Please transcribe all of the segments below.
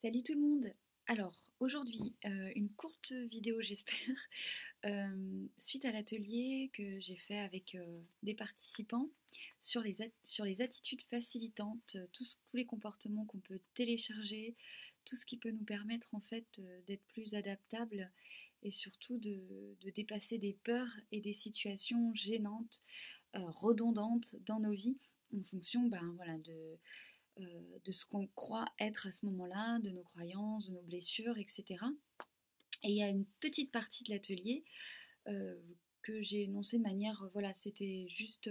Salut tout le monde! Alors aujourd'hui, une courte vidéo j'espère, suite à l'atelier que j'ai fait avec des participants sur les attitudes facilitantes, tous les comportements qu'on peut télécharger, tout ce qui peut nous permettre en fait d'être plus adaptables et surtout de dépasser des peurs et des situations gênantes, redondantes dans nos vies en fonction voilà, de ce qu'on croit être à ce moment-là, de nos croyances, de nos blessures, etc. Et il y a une petite partie de l'atelier euh, que j'ai énoncée de manière, voilà, c'était juste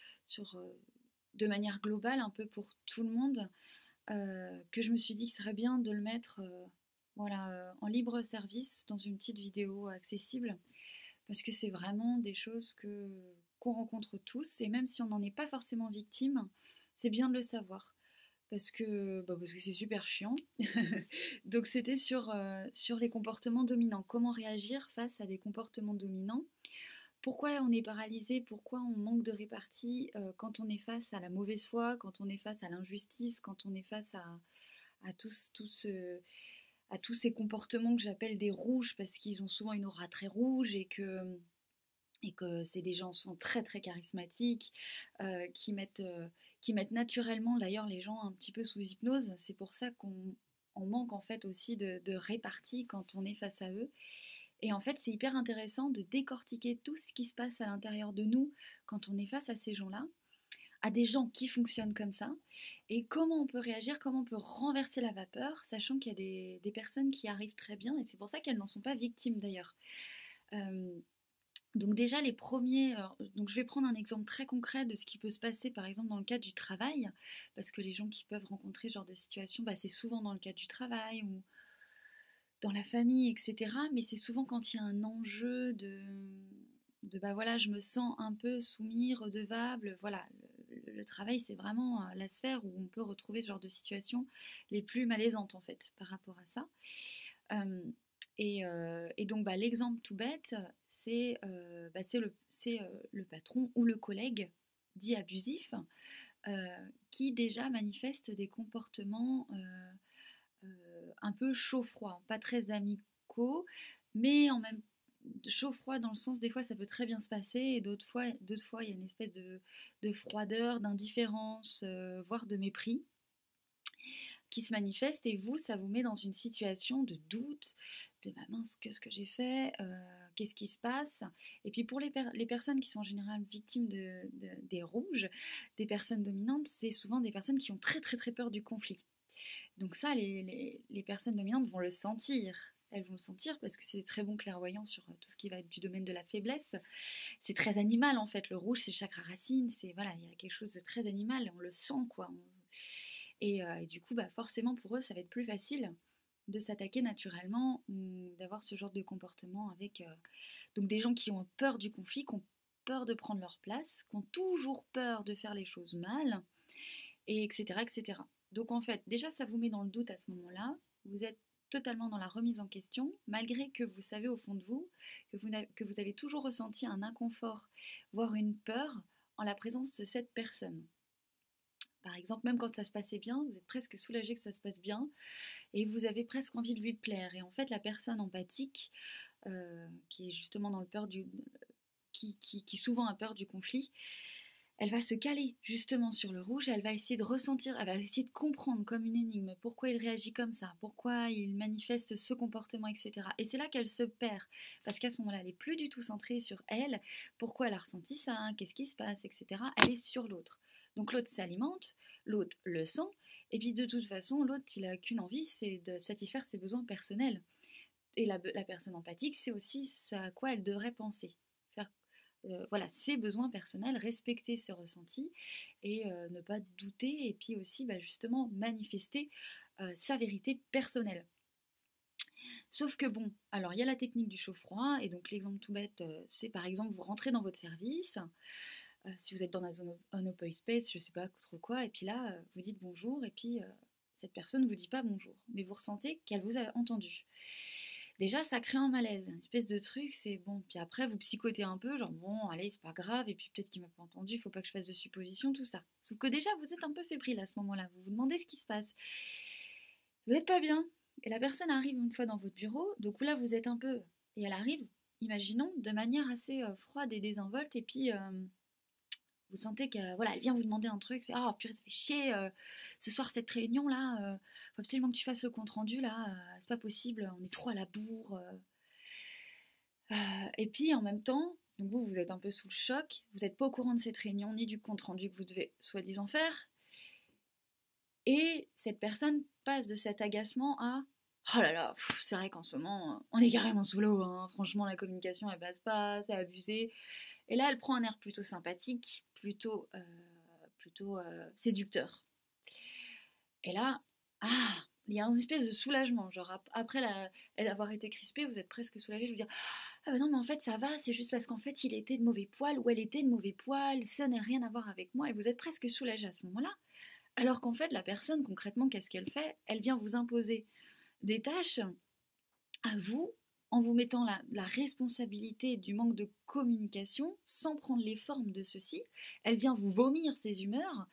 de manière globale, un peu pour tout le monde, que je me suis dit que ce serait bien de le mettre voilà, en libre service dans une petite vidéo accessible, parce que c'est vraiment des choses qu'on rencontre tous, et même si on n'en est pas forcément victime, c'est bien de le savoir parce que c'est super chiant. Donc c'était sur les comportements dominants. Comment réagir face à des comportements dominants? Pourquoi on est paralysé? Pourquoi on manque de répartie quand on est face à la mauvaise foi, quand on est face à l'injustice, quand on est face à à tous ces comportements que j'appelle des rouges parce qu'ils ont souvent une aura très rouge et que c'est des gens qui sont très très charismatiques, qui mettent naturellement d'ailleurs les gens un petit peu sous hypnose. C'est pour ça qu'on manque en fait aussi de répartie quand on est face à eux. Et en fait, c'est hyper intéressant de décortiquer tout ce qui se passe à l'intérieur de nous quand on est face à ces gens-là, à des gens qui fonctionnent comme ça, et comment on peut réagir, comment on peut renverser la vapeur, sachant qu'il y a des personnes qui arrivent très bien, et c'est pour ça qu'elles n'en sont pas victimes d'ailleurs. Euh, donc déjà les premiers, donc je vais prendre un exemple très concret de ce qui peut se passer par exemple dans le cadre du travail, parce que les gens qui peuvent rencontrer ce genre de situation, c'est souvent dans le cadre du travail ou dans la famille, etc. Mais c'est souvent quand il y a un enjeu de voilà, je me sens un peu soumis, redevable. Voilà, le travail c'est vraiment la sphère où on peut retrouver ce genre de situation les plus malaisantes en fait par rapport à ça. Euh, et donc l'exemple tout bête, c'est le patron ou le collègue dit abusif qui déjà manifeste des comportements un peu chaud-froid, pas très amicaux, mais en même chaud-froid dans le sens des fois ça peut très bien se passer et d'autres fois il y a une espèce de froideur, d'indifférence, voire de mépris qui se manifeste et vous, ça vous met dans une situation de doute, de mince, qu'est-ce que j'ai fait, qu'est-ce qui se passe. Et puis pour les personnes qui sont en général victimes des rouges, des personnes dominantes, c'est souvent des personnes qui ont très très très peur du conflit. Donc ça, les personnes dominantes vont le sentir. Elles vont le sentir parce que c'est très bon clairvoyant sur tout ce qui va être du domaine de la faiblesse. C'est très animal en fait. Le rouge, c'est le chakra racine. C'est voilà, il y a quelque chose de très animal. On le sent quoi. Et du coup, forcément pour eux, ça va être plus facile de s'attaquer naturellement ou d'avoir ce genre de comportement avec donc des gens qui ont peur du conflit, qui ont peur de prendre leur place, qui ont toujours peur de faire les choses mal, et etc., etc. Donc en fait, déjà, ça vous met dans le doute à ce moment-là. Vous êtes totalement dans la remise en question, malgré que vous savez au fond de vous que vous avez toujours ressenti un inconfort, voire une peur en la présence de cette personne. Par exemple, même quand ça se passait bien, vous êtes presque soulagé que ça se passe bien et vous avez presque envie de lui plaire. Et en fait, la personne empathique, qui est justement dans le peur qui souvent a peur du conflit, elle va se caler justement sur le rouge, elle va essayer de ressentir, elle va essayer de comprendre comme une énigme pourquoi il réagit comme ça, pourquoi il manifeste ce comportement, etc. Et c'est là qu'elle se perd, parce qu'à ce moment-là, elle n'est plus du tout centrée sur elle, pourquoi elle a ressenti ça, qu'est-ce qui se passe, etc. Elle est sur l'autre. Donc l'autre s'alimente, l'autre le sent, et puis de toute façon, l'autre, il n'a qu'une envie, c'est de satisfaire ses besoins personnels. Et la personne empathique, c'est aussi ce à quoi elle devrait penser. Faire voilà, ses besoins personnels, respecter ses ressentis et ne pas douter et puis aussi justement manifester sa vérité personnelle. Sauf que bon, alors il y a la technique du chaud-froid et donc l'exemple tout bête, c'est par exemple vous rentrez dans votre service, si vous êtes dans un open space, je sais pas trop quoi, et puis là vous dites bonjour et puis cette personne ne vous dit pas bonjour, mais vous ressentez qu'elle vous a entendu. Déjà, ça crée un malaise, une espèce de truc, c'est bon. Puis après, vous psychotez un peu, genre bon, allez, c'est pas grave, et puis peut-être qu'il m'a pas entendu, il faut pas que je fasse de suppositions, tout ça. Sauf que déjà, vous êtes un peu fébrile à ce moment-là, vous vous demandez ce qui se passe. vous n'êtes pas bien. Et la personne arrive une fois dans votre bureau, donc là vous êtes un peu... Et elle arrive, imaginons, de manière assez froide et désinvolte, et puis vous sentez que voilà, elle vient vous demander un truc, c'est ah purée ça fait chier, ce soir cette réunion là, faut absolument que tu fasses le compte rendu là, c'est pas possible, on est trop à la bourre. Et puis en même temps, donc vous êtes un peu sous le choc, vous n'êtes pas au courant de cette réunion ni du compte rendu que vous devez soi-disant faire, et cette personne passe de cet agacement à oh là là, c'est vrai qu'en ce moment on est carrément sous l'eau, hein. Franchement la communication elle passe pas, c'est abusé. Et là elle prend un air plutôt sympathique, plutôt séducteur. Et là, ah, il y a une espèce de soulagement, genre après avoir été crispé, vous êtes presque soulagé de vous dire ah bah non mais en fait ça va, c'est juste parce qu'en fait il était de mauvais poil ou elle était de mauvais poil, ça n'a rien à voir avec moi et vous êtes presque soulagé à ce moment-là. Alors qu'en fait la personne concrètement qu'est-ce qu'elle fait? Elle vient vous imposer des tâches à vous en vous mettant la responsabilité du manque de communication sans prendre les formes de ceci. Elle vient vous vomir ses humeurs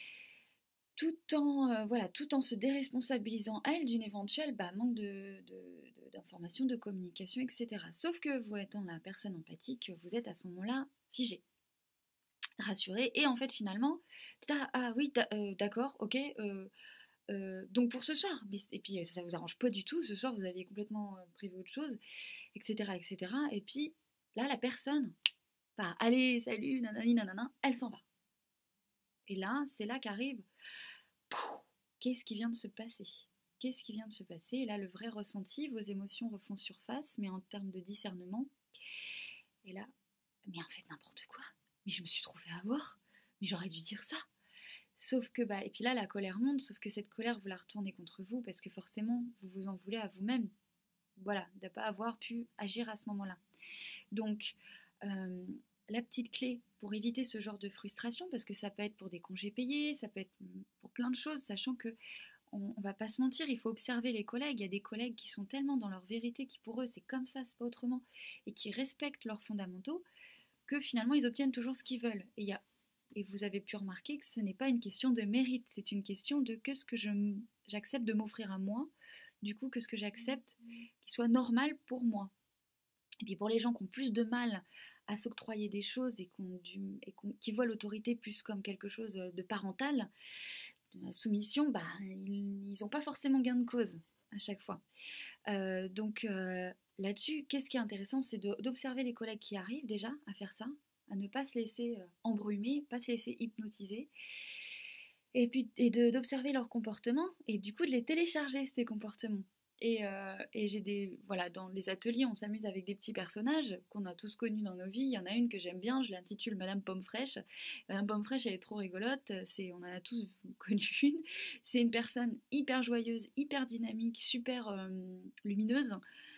tout en se déresponsabilisant elle d'une éventuelle manque d'informations, de communication, etc. Sauf que vous étant la personne empathique, vous êtes à ce moment-là figé, rassuré, et en fait finalement, ah oui, d'accord, ok, donc pour ce soir, et puis ça vous arrange pas du tout, ce soir vous aviez complètement prévu autre chose, etc., etc. Et puis là, la personne, allez, salut, nanani, nanana, elle s'en va. Et là, c'est là qu'arrive qu'est-ce qui vient de se passer? Qu'est-ce qui vient de se passer? Et là, le vrai ressenti, vos émotions refont surface, mais en termes de discernement. Et là, mais en fait, n'importe quoi. Mais je me suis trouvée avoir. Mais j'aurais dû dire ça. Sauf que, et puis là, la colère monte, sauf que cette colère, vous la retournez contre vous, parce que forcément, vous vous en voulez à vous-même. Voilà, de ne pas avoir pu agir à ce moment-là. Donc, la petite clé pour éviter ce genre de frustration, parce que ça peut être pour des congés payés, ça peut être pour plein de choses, sachant que on va pas se mentir, il faut observer les collègues. Il y a des collègues qui sont tellement dans leur vérité, qui pour eux c'est comme ça, c'est pas autrement, et qui respectent leurs fondamentaux, que finalement ils obtiennent toujours ce qu'ils veulent. Et vous avez pu remarquer que ce n'est pas une question de mérite, c'est une question de que ce que j'accepte de m'offrir à moi, du coup que ce que j'accepte qui soit normal pour moi. Et puis pour les gens qui ont plus de mal à s'octroyer des choses et qui voient l'autorité plus comme quelque chose de parental, de soumission, ils n'ont pas forcément gain de cause à chaque fois. Donc là-dessus, qu'est-ce qui est intéressant, c'est d'observer les collègues qui arrivent déjà à faire ça, à ne pas se laisser embrumer, pas se laisser hypnotiser, et puis d'observer leurs comportements et du coup de les télécharger ces comportements. Et j'ai dans les ateliers, on s'amuse avec des petits personnages qu'on a tous connus dans nos vies. Il y en a une que j'aime bien, je l'intitule Madame Pomme Fraîche. Madame Pomme Fraîche, elle est trop rigolote. On en a tous connu une. C'est une personne hyper joyeuse, hyper dynamique, super lumineuse.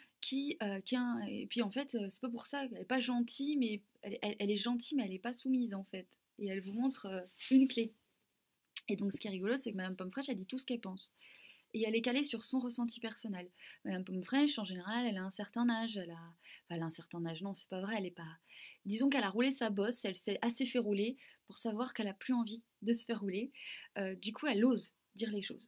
Et puis en fait, c'est pas pour ça, elle est pas gentille, mais elle est gentille, mais elle est pas soumise en fait. Et elle vous montre une clé. Et donc ce qui est rigolo, c'est que Madame Pomme Fraîche, elle dit tout ce qu'elle pense. Et elle est calée sur son ressenti personnel. Madame Pomme Fraîche, en général, elle a un certain âge. Elle a un certain âge, non, c'est pas vrai, elle est pas... Disons qu'elle a roulé sa bosse, elle s'est assez fait rouler pour savoir qu'elle a plus envie de se faire rouler. Du coup, elle ose dire les choses.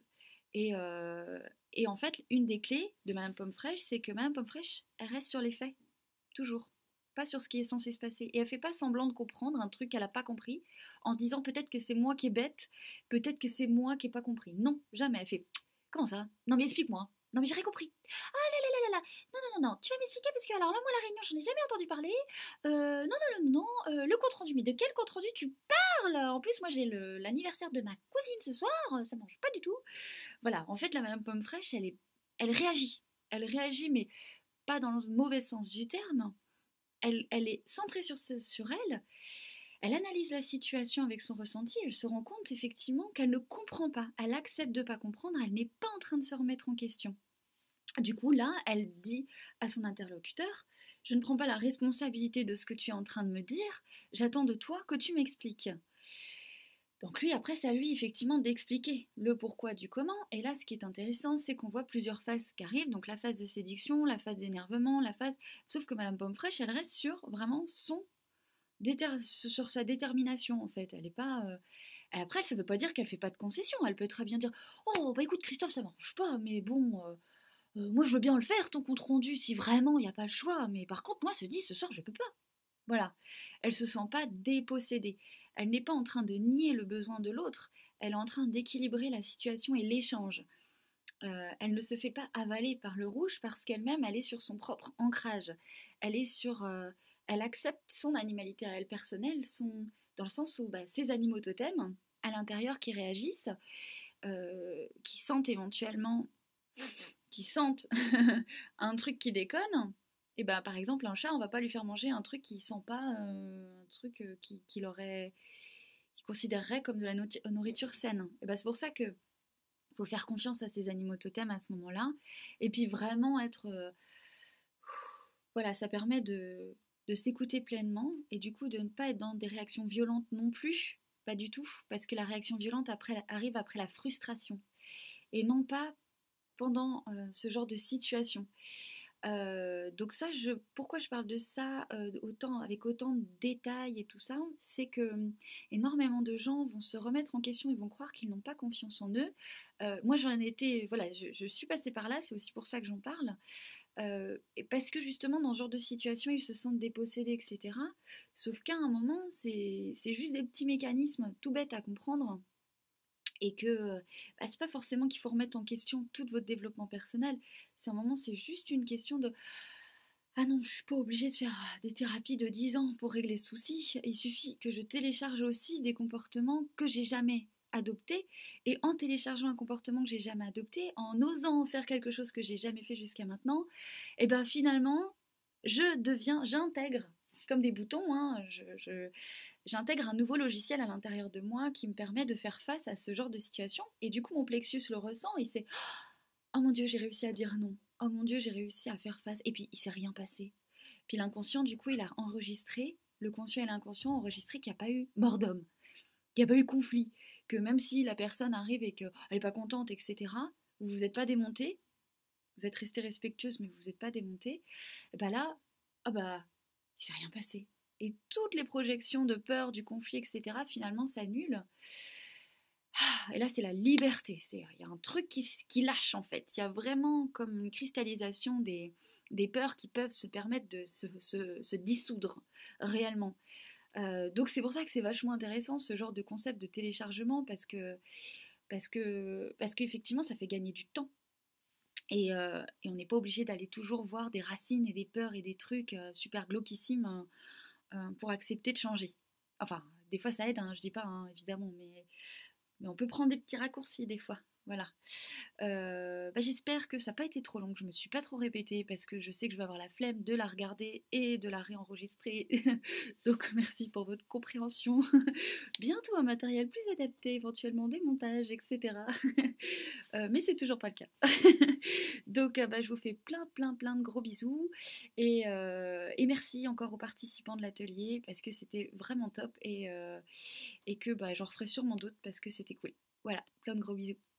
Et en fait, une des clés de Madame Pomme Fraîche, c'est que Madame Pomme Fraîche, elle reste sur les faits. Toujours. Pas sur ce qui est censé se passer. Et elle fait pas semblant de comprendre un truc qu'elle a pas compris, en se disant peut-être que c'est moi qui est bête, peut-être que c'est moi qui ai pas compris. Non, jamais. Elle fait... Comment ça? Non mais explique-moi. Non mais j'ai rien compris. Ah là là là là là. Non non non non. Tu vas m'expliquer parce que alors là moi la réunion j'en ai jamais entendu parler. Non non non non. Le compte rendu. Mais de quel compte rendu tu parles? En plus moi j'ai l'anniversaire de ma cousine ce soir. Ça mange pas du tout. Voilà. En fait la Madame Pomme Fraîche elle réagit. Elle réagit mais pas dans le mauvais sens du terme. Elle est centrée sur elle. Elle analyse la situation avec son ressenti, elle se rend compte effectivement qu'elle ne comprend pas, elle accepte de ne pas comprendre, elle n'est pas en train de se remettre en question. Du coup, là, elle dit à son interlocuteur, je ne prends pas la responsabilité de ce que tu es en train de me dire, j'attends de toi que tu m'expliques. Donc lui, après, c'est à lui effectivement d'expliquer le pourquoi du comment. Et là, ce qui est intéressant, c'est qu'on voit plusieurs phases qui arrivent. Donc la phase de séduction, la phase d'énervement, la phase... Sauf que Madame Pomme Fraîche, elle reste sur vraiment sur sa détermination en fait. Elle Et après, ça ne veut pas dire qu'elle fait pas de concessions. Elle peut très bien dire: «Oh, bah écoute, Christophe, ça marche pas, mais bon, moi je veux bien le faire, ton compte rendu, si vraiment il n'y a pas le choix. Mais par contre, moi, ce soir, je peux pas.» Voilà. Elle se sent pas dépossédée. Elle n'est pas en train de nier le besoin de l'autre. Elle est en train d'équilibrer la situation et l'échange. Elle ne se fait pas avaler par le rouge parce qu'elle-même, elle est sur son propre ancrage. Elle est sur, elle accepte son animalité à elle personnelle, dans le sens où ces animaux totems à l'intérieur qui réagissent, qui sentent éventuellement, qui sentent un truc qui déconne. Et ben par exemple un chat, on va pas lui faire manger un truc qui sent pas, un truc qui considérerait comme de la nourriture saine. Et ben c'est pour ça que faut faire confiance à ces animaux totems à ce moment-là. Et puis vraiment être... voilà, ça permet de s'écouter pleinement et du coup de ne pas être dans des réactions violentes non plus. Pas du tout, parce que la réaction violente arrive après la frustration. Et non pas pendant ce genre de situation. Donc ça, pourquoi je parle de ça avec autant de détails et tout ça, c'est que énormément de gens vont se remettre en question, ils vont croire qu'ils n'ont pas confiance en eux. Moi, j'en étais, voilà, je suis passée par là, c'est aussi pour ça que j'en parle. Et parce que justement, dans ce genre de situation, ils se sentent dépossédés, etc. Sauf qu'à un moment, c'est juste des petits mécanismes tout bêtes à comprendre et que c'est pas forcément qu'il faut remettre en question tout votre développement personnel. C'est un moment, c'est juste une question de ah non, je suis pas obligée de faire des thérapies de 10 ans pour régler ce souci. Il suffit que je télécharge aussi des comportements que j'ai jamais adoptés. Et en téléchargeant un comportement que j'ai jamais adopté, en osant faire quelque chose que j'ai jamais fait jusqu'à maintenant, et ben finalement, j'intègre comme des boutons, hein, j'intègre un nouveau logiciel à l'intérieur de moi qui me permet de faire face à ce genre de situation. Et du coup, mon plexus le ressent et c'est oh mon Dieu, j'ai réussi à dire non. Oh mon Dieu, j'ai réussi à faire face. Et puis, il s'est rien passé. Puis l'inconscient, du coup, il a enregistré, le conscient et l'inconscient ont enregistré qu'il n'y a pas eu mort d'homme, qu'il n'y a pas eu conflit, que même si la personne arrive et qu'elle n'est pas contente, etc., vous vous êtes pas démonté, vous êtes resté respectueuse, mais vous vous êtes pas démonté, et ben là, ah bah, il s'est rien passé. Et toutes les projections de peur, du conflit, etc., finalement, s'annulent. Et là, c'est la liberté. Il y a un truc qui lâche, en fait. Il y a vraiment comme une cristallisation des peurs qui peuvent se permettre de se dissoudre réellement. Donc, c'est pour ça que c'est vachement intéressant, ce genre de concept de téléchargement, parce qu'effectivement, ça fait gagner du temps. Et on n'est pas obligé d'aller toujours voir des racines et des peurs et des trucs super glauquissimes pour accepter de changer. Enfin, des fois, ça aide, hein, je dis pas, hein, évidemment, mais on peut prendre des petits raccourcis des fois. Voilà. J'espère que ça n'a pas été trop long, que je me suis pas trop répétée parce que je sais que je vais avoir la flemme de la regarder et de la réenregistrer. Donc merci pour votre compréhension. Bientôt un matériel plus adapté, éventuellement des montages, etc. Mais c'est toujours pas le cas. Donc je vous fais plein de gros bisous et merci encore aux participants de l'atelier parce que c'était vraiment top et que j'en referai sûrement d'autres parce que c'était cool. Voilà, plein de gros bisous.